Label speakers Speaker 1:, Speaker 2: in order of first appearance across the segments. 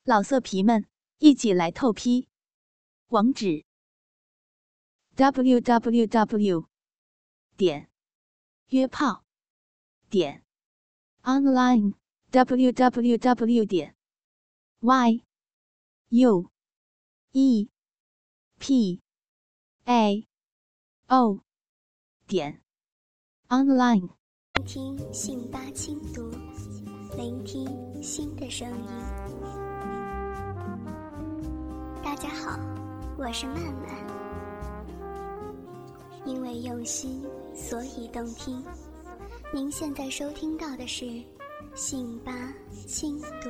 Speaker 1: 老色皮们，一起来透批！网址 www.约炮online www.yuepao.online。
Speaker 2: 聆听信吧轻读，聆听新的声音。大家好，我是曼曼。因为用心，所以动听。您现在收听到的是信吧轻读。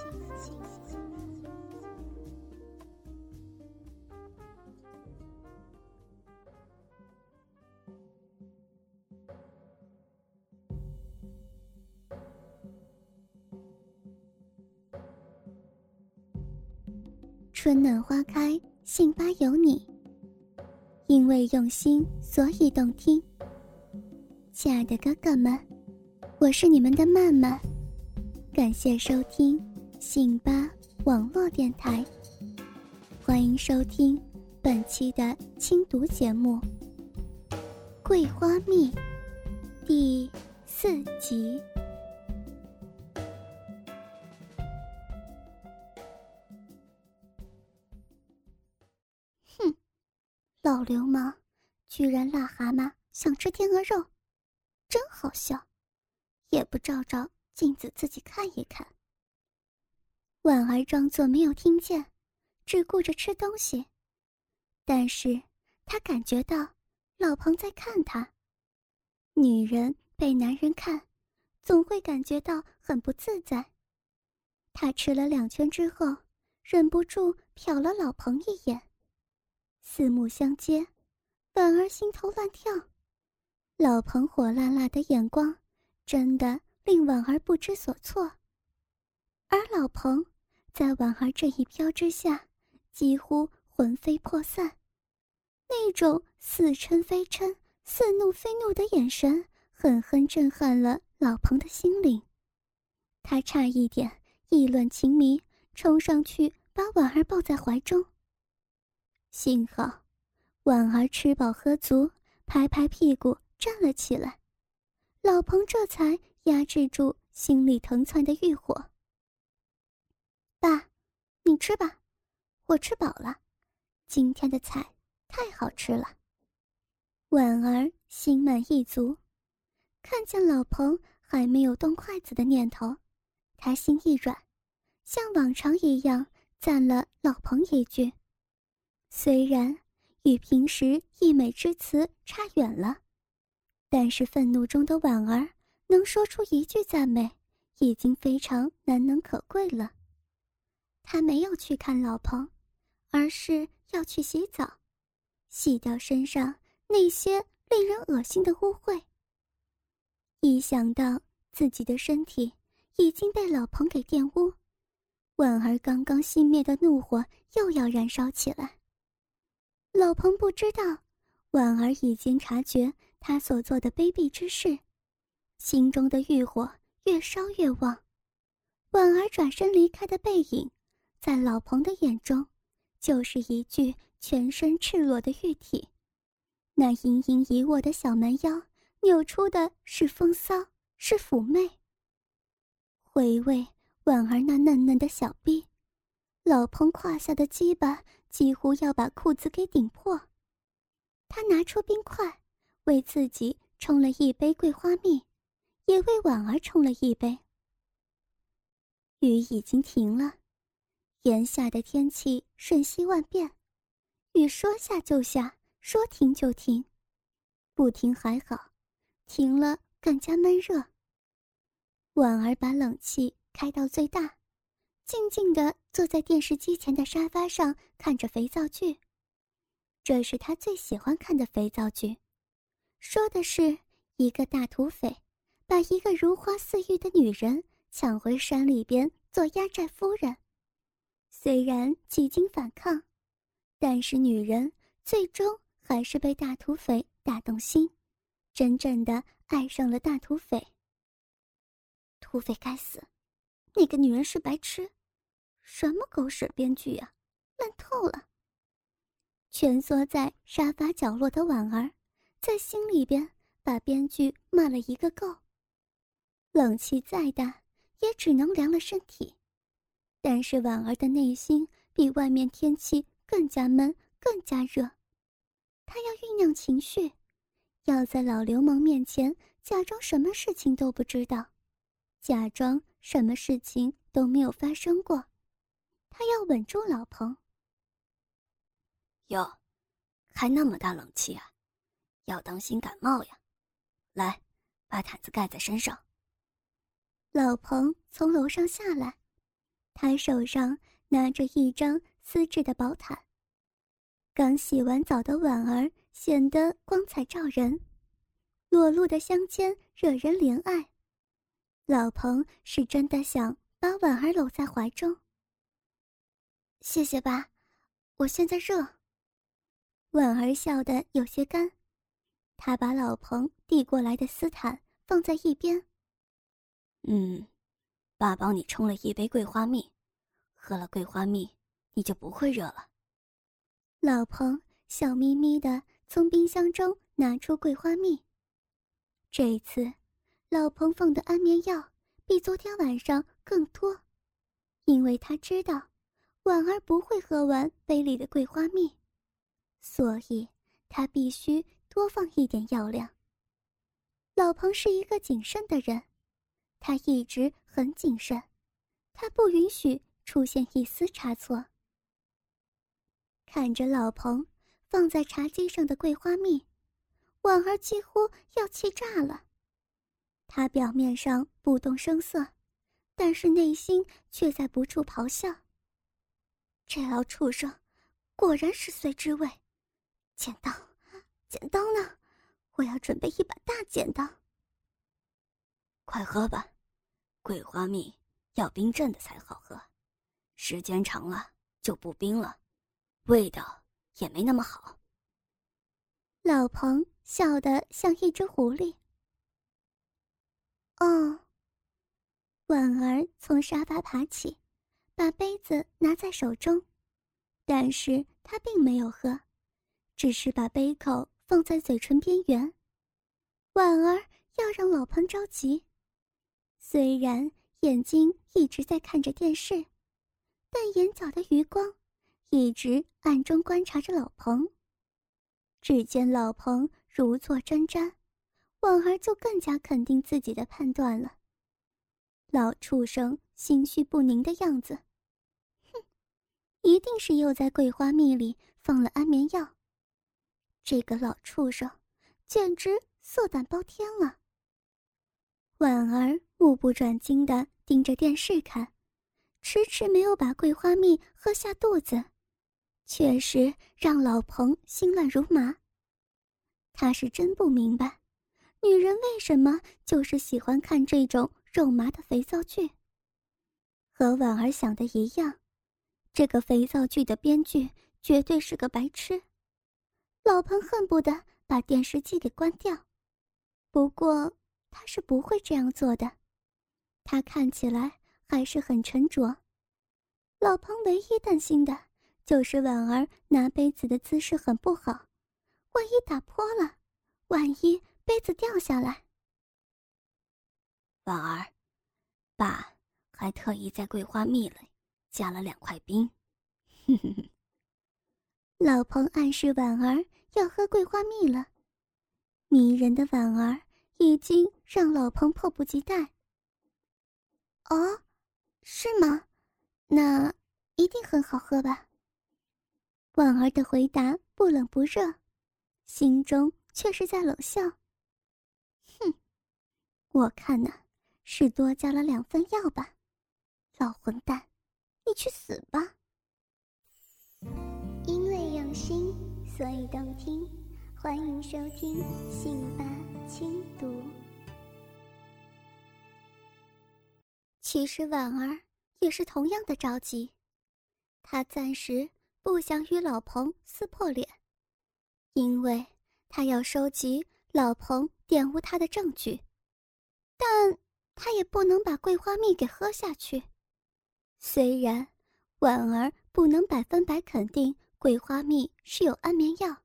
Speaker 2: 春暖花开，信吧有你。因为用心，所以动听。亲爱的哥哥们，我是你们的曼曼，感谢收听信吧网络电台，欢迎收听本期的轻读节目《桂花蜜》第4集。老流氓居然癞蛤蟆想吃天鹅肉，真好笑，也不照照镜子自己看一看。婉儿装作没有听见，只顾着吃东西，但是她感觉到老彭在看她。女人被男人看，总会感觉到很不自在。她吃了2圈之后，忍不住瞟了老彭一眼，四目相接，婉儿心头乱跳。老彭火辣辣的眼光真的令婉儿不知所措，而老彭在婉儿这一飘之下几乎魂飞魄散，那种似嗔非嗔似怒非怒的眼神狠狠震撼了老彭的心灵。他差一点意乱情迷，冲上去把婉儿抱在怀中。幸好婉儿吃饱喝足，拍拍屁股站了起来，老彭这才压制住心里腾窜的欲火。爸，你吃吧，我吃饱了，今天的菜太好吃了。婉儿心满意足，看见老彭还没有动筷子的念头，她心一软，像往常一样赞了老彭一句。虽然与平时溢美之词差远了，但是愤怒中的婉儿能说出一句赞美，已经非常难能可贵了。她没有去看老彭，而是要去洗澡，洗掉身上那些令人恶心的污秽。一想到自己的身体已经被老彭给玷污，婉儿刚刚熄灭的怒火又要燃烧起来。老彭不知道，婉儿已经察觉他所做的卑鄙之事，心中的欲火越烧越旺。婉儿转身离开的背影，在老彭的眼中，就是一具全身赤裸的玉体。那盈盈一握的小蛮腰，扭出的是风骚，是妩媚。回味婉儿那嫩嫩的小臂，老彭胯下的鸡巴几乎要把裤子给顶破。他拿出冰块，为自己冲了一杯桂花蜜，也为婉儿冲了一杯。雨已经停了，炎夏的天气瞬息万变，雨说下就下，说停就停。不停还好，停了更加闷热。婉儿把冷气开到最大，静静地坐在电视机前的沙发上看着肥皂剧。这是她最喜欢看的肥皂剧，说的是一个大土匪把一个如花似玉的女人抢回山里边做压寨夫人。虽然几经反抗，但是女人最终还是被大土匪打动心，真正的爱上了大土匪。土匪该死，那个女人是白痴， 什么狗屎编剧啊，烂透了。蜷缩在沙发角落的婉儿，在心里边把编剧骂了一个够。冷气再大，也只能凉了身体。但是婉儿的内心比外面天气更加闷，更加热。她要酝酿情绪，要在老流氓面前假装什么事情都不知道，假装什么事情都没有发生过。她要稳住老彭。
Speaker 3: 哟，开那么大冷气啊，要当心感冒呀。来，把毯子盖在身上。
Speaker 2: 老彭从楼上下来，他手上拿着一张丝质的薄毯。刚洗完澡的婉儿显得光彩照人，裸露的香肩惹人怜爱。老彭是真的想把婉儿搂在怀中。谢谢爸，我现在热。婉儿笑得有些干，她把老彭递过来的丝毯放在一边。
Speaker 3: 爸帮你冲了一杯桂花蜜，喝了桂花蜜你就不会热了。
Speaker 2: 老彭笑眯眯地从冰箱中拿出桂花蜜。这一次老彭放的安眠药比昨天晚上更多，因为他知道婉儿不会喝完杯里的桂花蜜，所以他必须多放一点药量。老彭是一个谨慎的人，他一直很谨慎，他不允许出现一丝差错。看着老彭放在茶几上的桂花蜜，婉儿几乎要气炸了。她表面上不动声色，但是内心却在不住咆哮。这老畜生果然是髓知味。剪刀，剪刀呢？我要准备一把大剪刀。
Speaker 3: 快喝吧，桂花蜜要冰镇的才好喝，时间长了就不冰了，味道也没那么好。
Speaker 2: 老彭笑得像一只狐狸。哦。婉儿从沙发爬起，把杯子拿在手中，但是她并没有喝，只是把杯口放在嘴唇边缘。婉儿要让老彭着急，虽然眼睛一直在看着电视，但眼角的余光一直暗中观察着老彭。只见老彭如坐针毡，婉儿就更加肯定自己的判断了。老畜生心绪不宁的样子，哼，一定是又在桂花蜜里放了安眠药。这个老畜生简直色胆包天了。婉儿目不转睛地盯着电视看，迟迟没有把桂花蜜喝下肚子，确实让老彭心乱如麻。他是真不明白，女人为什么就是喜欢看这种肉麻的肥皂剧。和婉儿想的一样，这个肥皂剧的编剧绝对是个白痴。老彭恨不得把电视机给关掉，不过他是不会这样做的。他看起来还是很沉着。老彭唯一担心的就是婉儿拿杯子的姿势很不好，万一打破了，万一杯子掉下来。
Speaker 3: 婉儿，爸还特意在桂花蜜里加了2块冰。哼哼哼。
Speaker 2: 老彭暗示婉儿要喝桂花蜜了。迷人的婉儿已经让老彭迫不及待。哦，是吗？那一定很好喝吧？婉儿的回答不冷不热，心中却是在冷笑。哼，我看呢，是多加了2份药吧。老混蛋，你去死吧。因为用心，所以动听，欢迎收听信吧轻读。其实婉儿也是同样的着急，她暂时不想与老彭撕破脸，因为她要收集老彭玷污她的证据，但她也不能把桂花蜜给喝下去。虽然婉儿不能100%肯定桂花蜜是有安眠药。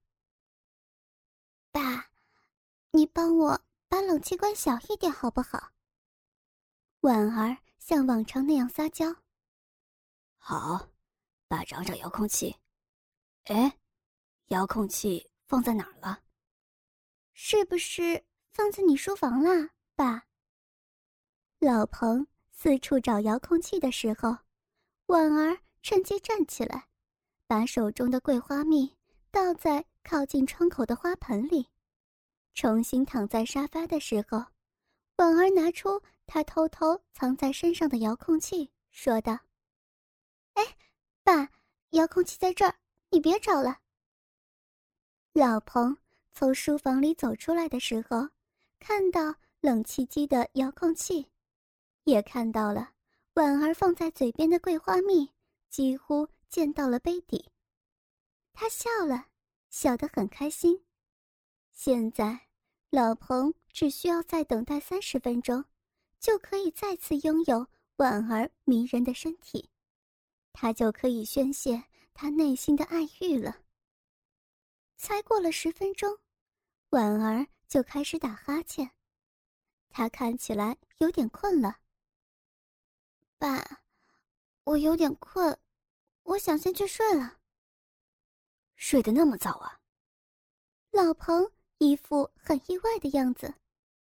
Speaker 2: 爸，你帮我把冷气关小一点好不好？婉儿像往常那样撒娇。
Speaker 3: 好，爸找找遥控器。哎，遥控器放在哪儿了？
Speaker 2: 是不是放在你书房啦，爸？老彭四处找遥控器的时候，婉儿趁机站起来，把手中的桂花蜜倒在靠近窗口的花盆里。重新躺在沙发的时候，婉儿拿出她偷偷藏在身上的遥控器，说道：“哎，爸，遥控器在这儿，你别找了。”老彭从书房里走出来的时候，看到冷气机的遥控器，也看到了婉儿放在嘴边的桂花蜜几乎溅到了杯底。他笑了，笑得很开心。现在老彭只需要再等待30分钟，就可以再次拥有婉儿迷人的身体，他就可以宣泄他内心的爱欲了。才过了10分钟，婉儿就开始打哈欠，她看起来有点困了。爸，我有点困，我想先去睡了。
Speaker 3: 睡得那么早啊？
Speaker 2: 老彭一副很意外的样子。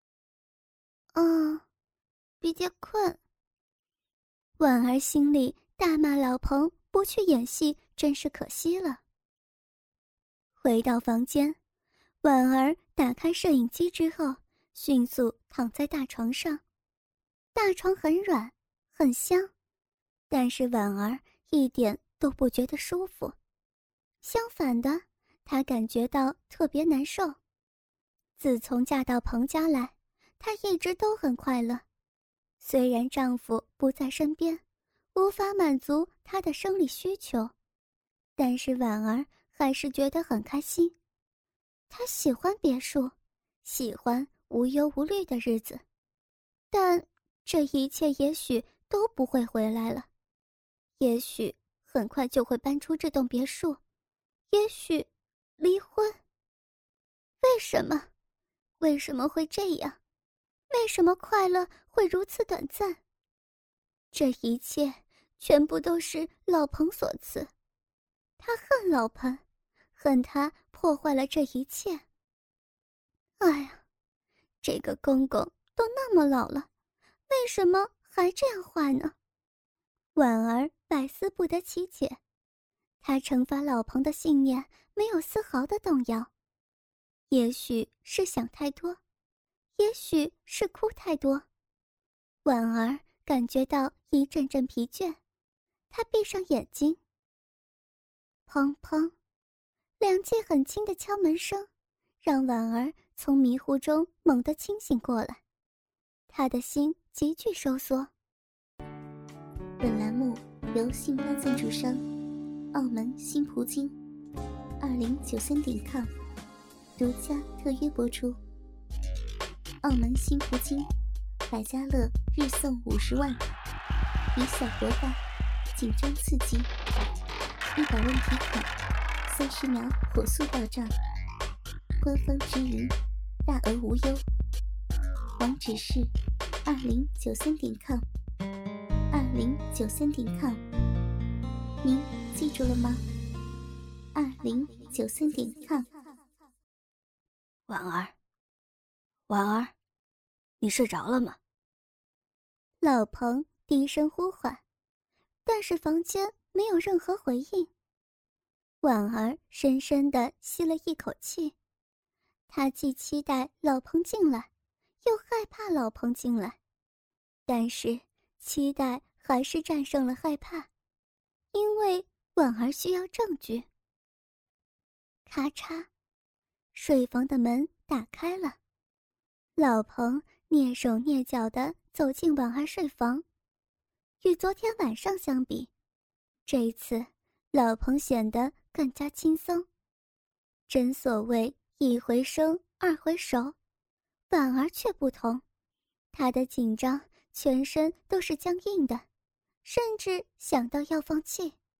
Speaker 2: 比较困。婉儿心里大骂老彭不去演戏真是可惜了。回到房间，婉儿打开摄影机之后，迅速躺在大床上。大床很软，很香，但是婉儿一点都不觉得舒服。相反的，她感觉到特别难受。自从嫁到彭家来，她一直都很快乐。虽然丈夫不在身边，无法满足她的生理需求，但是婉儿还是觉得很开心。她喜欢别墅，喜欢无忧无虑的日子，但这一切也许都不会回来了。也许很快就会搬出这栋别墅，也许离婚。为什么？为什么会这样？为什么快乐会如此短暂？这一切全部都是老彭所赐。他恨老彭，恨他破坏了这一切。哎呀，这个公公都那么老了，为什么还这样坏呢？婉儿百思不得其解。她惩罚老彭的信念没有丝毫的动摇。也许是想太多，也许是哭太多。婉儿感觉到一阵阵疲倦，她闭上眼睛。砰砰，2记很轻的敲门声让婉儿从迷糊中猛地清醒过来，她的心急剧收缩。
Speaker 4: 本栏目由信邦赞助商澳门新葡京2093.com 独家特约播出。澳门新葡京百家乐日送50万，以小博大，紧张刺激，100万提款，30秒火速到账，官方直营，大额无忧。网址是2093.com 2093.com， 您记住了吗？2093.com。
Speaker 3: 婉儿，婉儿，你睡着了吗？
Speaker 2: 老彭低声呼唤，但是房间没有任何回应。婉儿深深地吸了一口气，她既期待老彭进来，又害怕老彭进来，但是期待还是战胜了害怕，因为婉儿需要证据。咔嚓，睡房的门打开了，老彭蹑手蹑脚地走进婉儿睡房。与昨天晚上相比，这一次老彭显得更加轻松。真所谓一回生二回熟，婉儿却不同，她的紧张全身都是僵硬的，甚至想到要放弃。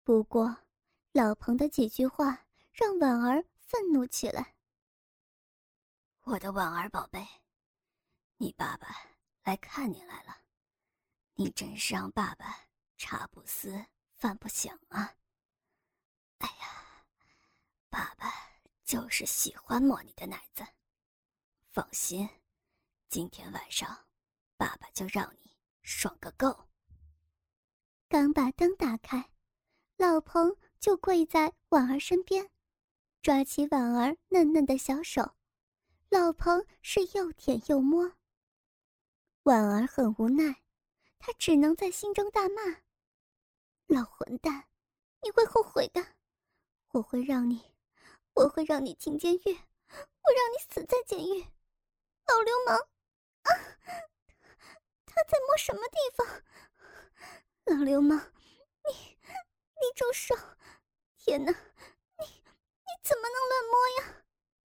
Speaker 2: 不过老彭的几句话让婉儿愤怒起来。
Speaker 3: 我的婉儿宝贝，你爸爸来看你来了，你真是让爸爸茶不思饭不想啊。哎呀，爸爸就是喜欢摸你的奶子。放心，今天晚上爸爸就让你爽个够。
Speaker 2: 刚把灯打开，老彭就跪在婉儿身边，抓起婉儿嫩嫩的小手，老彭是又舔又摸。婉儿很无奈，她只能在心中大骂：老混蛋，你会后悔的，我会让你进监狱，我让你死在监狱，老流氓啊！他在摸什么地方？老流氓，你住手！天哪，你怎么能乱摸呀？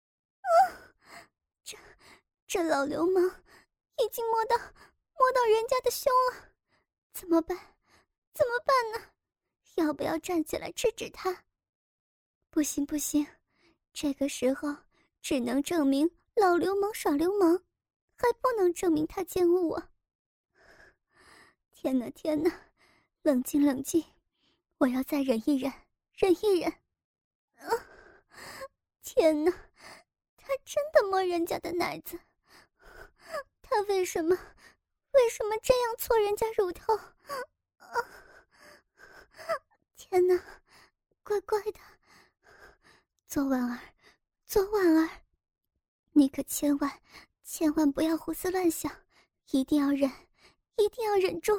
Speaker 2: 这老流氓已经摸到人家的胸了，怎么办呢？要不要站起来制止他？不行，这个时候只能证明老流氓耍流氓，还不能证明他奸污我。天哪，冷静，我要再忍一忍。天哪，他真的摸人家的奶子，他为什么这样搓人家乳头？天哪，怪的。左婉儿，你可千万不要胡思乱想，一定要忍住。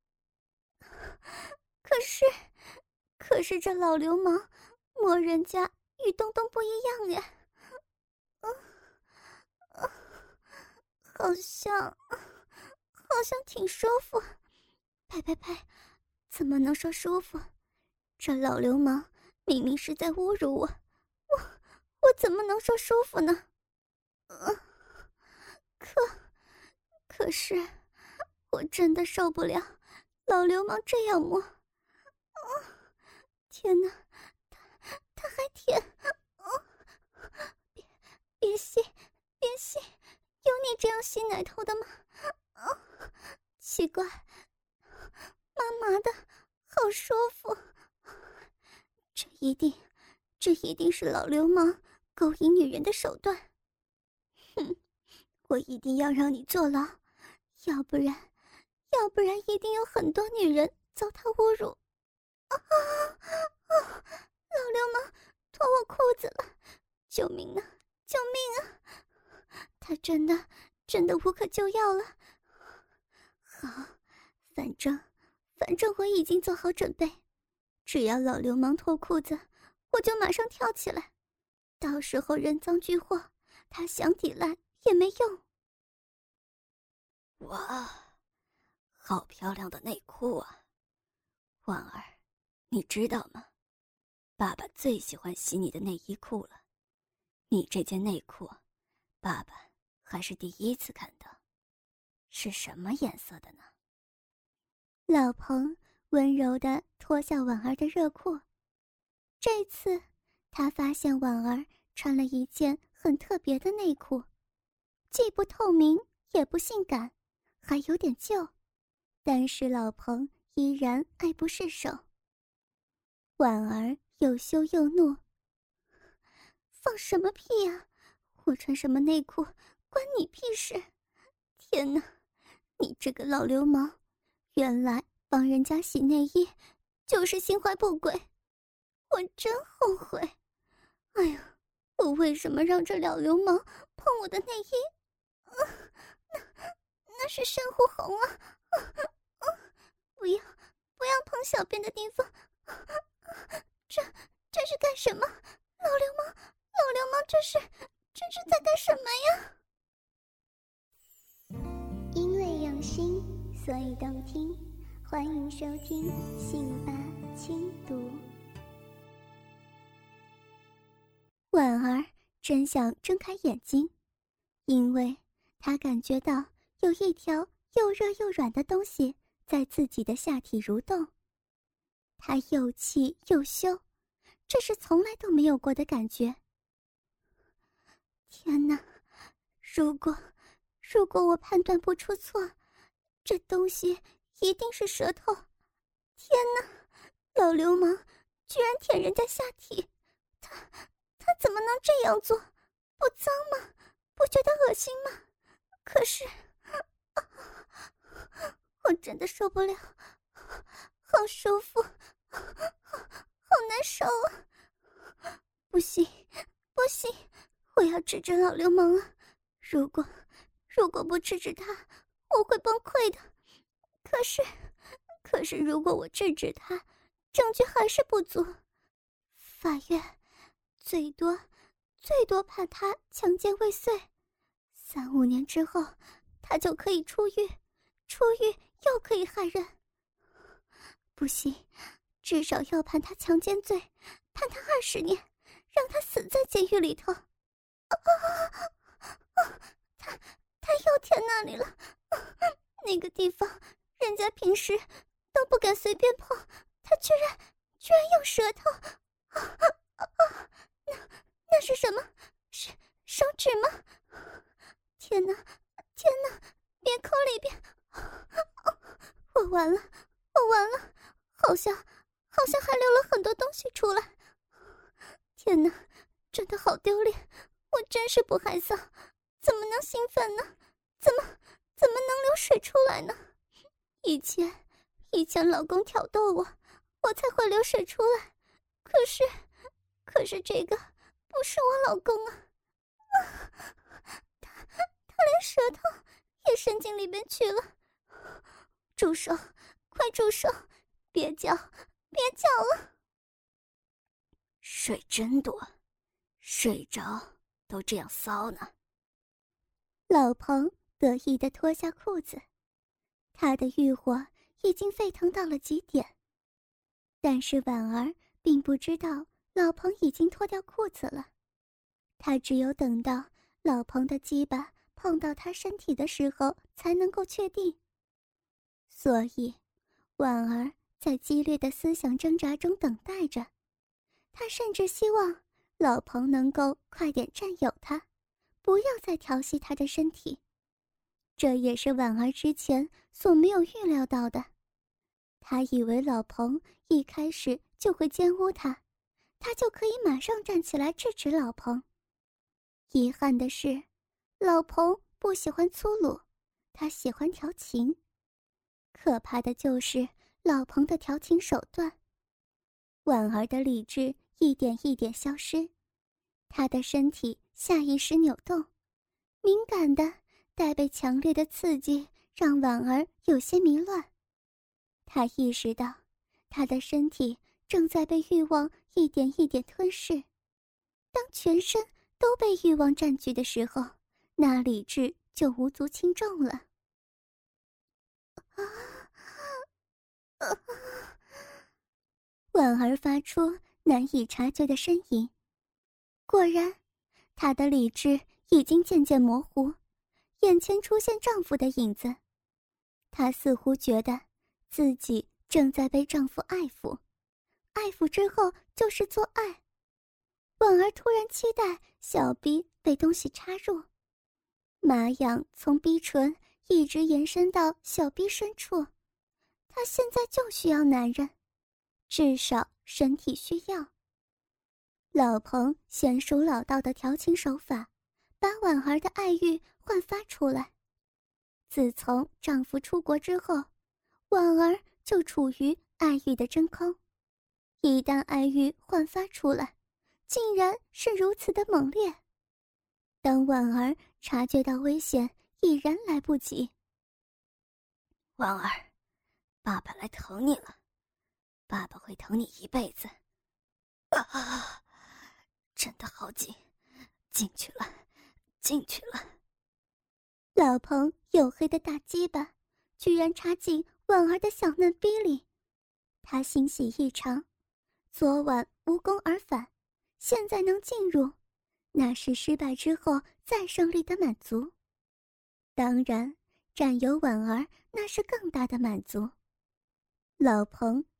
Speaker 2: 可是这老流氓摸人家与东东不一样呀。好像挺舒服。呸，怎么能说舒服？这老流氓明明是在侮辱我怎么能说舒服呢？可是我真的受不了老流氓这样摸。天哪，他还舔！别吸，有你这样吸奶头的吗？奇怪，麻的，好舒服。这一定是老流氓勾引女人的手段。哼，我一定要让你坐牢，要不然一定有很多女人遭他侮辱。老流氓脱我裤子了，救命啊！他真的无可救药了。好，反正我已经做好准备，只要老流氓脱裤子，我就马上跳起来，到时候人赃俱获，他想抵赖也没用。
Speaker 3: 哇，好漂亮的内裤啊！婉儿，你知道吗？爸爸最喜欢洗你的内衣裤了。你这件内裤，爸爸还是第一次看到，是什么颜色的呢？
Speaker 2: 老彭温柔地脱下婉儿的热裤，这次他发现婉儿穿了一件很特别的内裤，既不透明也不性感，还有点旧，但是老彭依然爱不释手。婉儿又羞又怒，放什么屁呀！我穿什么内裤关你屁事！天哪，你这个老流氓，原来帮人家洗内衣就是心怀不轨，我真后悔。哎呀，我为什么让这老流氓碰我的内衣？那是珊瑚红啊！不要碰小便的地方！这是干什么？老流氓，这是在干什么呀？
Speaker 4: 因为用心，所以动听。欢迎收听信吧轻读。
Speaker 2: 婉儿真想睁开眼睛，因为她感觉到有一条又热又软的东西在自己的下体蠕动。 他又气又羞，这是从来都没有过的感觉。天哪，如果我判断不出错，这东西一定是舌头。天哪，老流氓居然舔人家下体，他怎么能这样做？不脏吗？不觉得恶心吗？可是我真的受不了，好舒服，好难受啊！不行，我要制止老流氓啊！如果不制止他，我会崩溃的。可是如果我制止他，证据还是不足，法院最多判他强奸未遂，3-5年之后他就可以出狱又可以害人。不行，至少要判他强奸罪，判他20年，让他死在监狱里头。他又舔那里了，那个地方人家平时都不敢随便碰，他居然用舌头。那是什么？是手指吗？天哪，别抠里边！我完了，好像还流了很多东西出来。天哪，真的好丢脸！我真是不害臊，怎么能兴奋呢？怎么能流水出来呢？以前老公挑逗我才会流水出来，可是这个不是我老公啊！他连舌头也伸进里边去了。住手，快住手，别叫了。
Speaker 3: 水真多，睡着都这样骚呢。
Speaker 2: 老彭得意地脱下裤子，他的欲火已经沸腾到了极点。但是婉儿并不知道老彭已经脱掉裤子了，他只有等到老彭的鸡巴碰到他身体的时候才能够确定。所以婉儿在激烈的思想挣扎中等待着，他甚至希望老彭能够快点占有他，不要再调戏他的身体。这也是婉儿之前所没有预料到的。他以为老彭一开始就会奸污他，他就可以马上站起来制止老彭。遗憾的是，老彭不喜欢粗鲁，他喜欢调情。可怕的就是老彭的调情手段。婉儿的理智一点一点消失，她的身体下意识扭动，敏感的带被强烈的刺激让婉儿有些迷乱。她意识到她的身体正在被欲望一点一点吞噬，当全身都被欲望占据的时候，那理智就无足轻重了。婉儿发出难以察觉的呻吟，果然她的理智已经渐渐模糊，眼前出现丈夫的影子。她似乎觉得自己正在被丈夫爱抚，爱抚之后就是做爱。婉儿突然期待小逼被东西插入，麻痒从逼唇一直延伸到小逼深处。她现在就需要男人，至少身体需要。老彭娴熟老道的调情手法，把婉儿的爱欲焕发出来。自从丈夫出国之后，婉儿就处于爱欲的真空。一旦爱欲焕发出来，竟然是如此的猛烈。当婉儿察觉到危险，已然来不及。
Speaker 3: 婉儿，爸爸来疼你了，爸爸会疼你一辈子。啊，真的好紧，进去了。
Speaker 2: 老彭黝黑的大鸡巴居然插进婉儿的小嫩逼里，他欣喜异常。昨晚无功而返，现在能进入，那是失败之后再胜利的满足。当然，占有婉儿那是更大的满足。老彭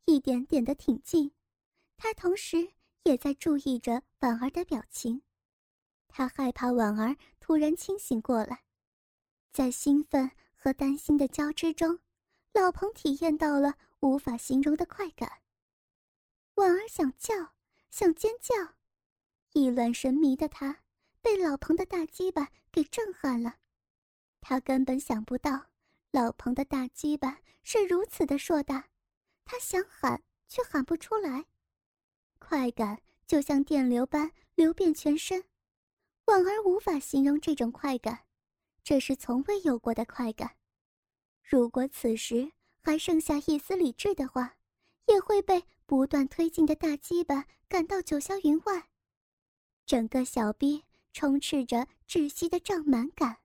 Speaker 2: 一点点的挺进，他同时也在注意着婉儿的表情。他害怕婉儿突然清醒过来，在兴奋和担心的交织中，老彭体验到了无法形容的快感。婉儿想叫，想尖叫，意乱神迷的他被老彭的大鸡巴给震撼了。他根本想不到老彭的大鸡巴是如此的硕大，他想喊却喊不出来，快感就像电流般流遍全身。婉儿无法形容这种快感，这是从未有过的快感。如果此时还剩下一丝理智的话，也会被不断推进的大鸡巴赶到九霄云外。整个小逼充斥着窒息的胀满感。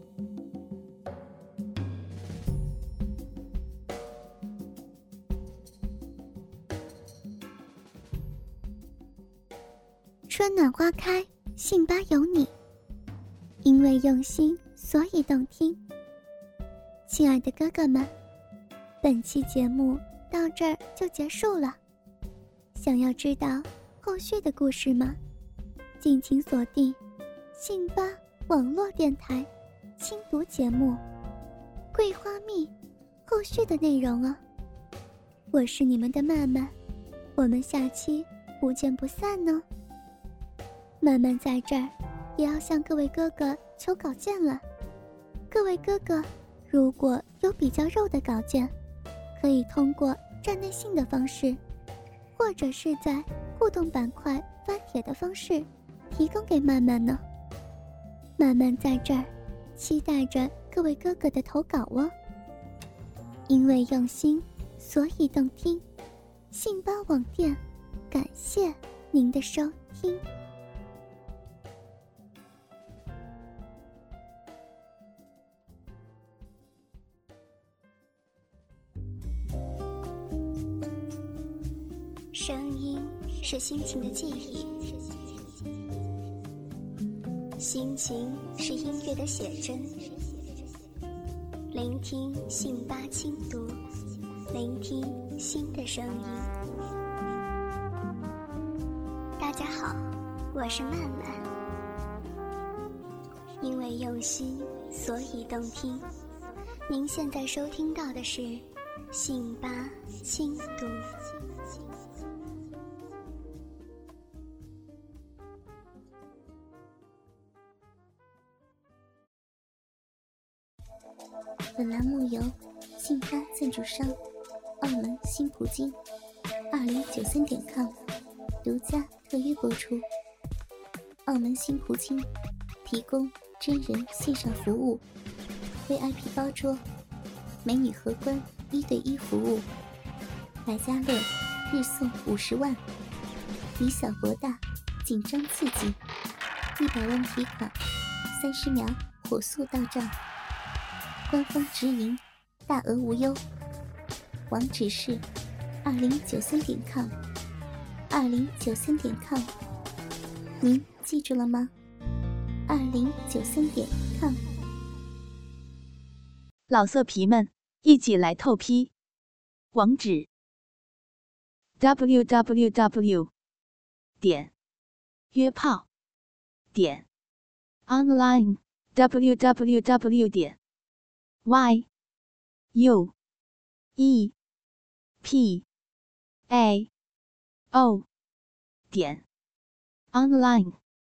Speaker 2: 春暖花开，信吧有你，因为用心，所以动听。亲爱的哥哥们，本期节目到这儿就结束了。想要知道后续的故事吗？敬请锁定信吧网络电台轻读节目《桂花蜜》后续的内容哦。我是你们的曼曼，我们下期不见不散哦。曼曼在这儿也要向各位哥哥求稿件了。各位哥哥，如果有比较肉的稿件，可以通过站内信的方式，或者是在互动板块发帖的方式提供给曼曼呢。曼曼在这儿期待着各位哥哥的投稿哦。因为用心，所以动听。信吧网店，感谢您的收听。
Speaker 3: 声音是心情的记忆，心情是音乐的写真。聆听信吧轻读，聆听新的声音。大家好，我是曼曼。因为用心，所以动听。您现在收听到的是信吧轻读。
Speaker 4: 本栏目由信吧赞助商澳门新葡京2093.com 独家特约播出。澳门新葡京提供真人线上服务， VIP 包桌，美女荷官1对1服务，百家乐日送50万，以小博大，紧张刺激，100万提款，30秒火速到账。官方直营，大额无忧。网址是2093.com 2093.com， 您记住了吗？2093.com。
Speaker 1: 老色皮们，一起来透批！网址 www.约炮.online www.yuepao.online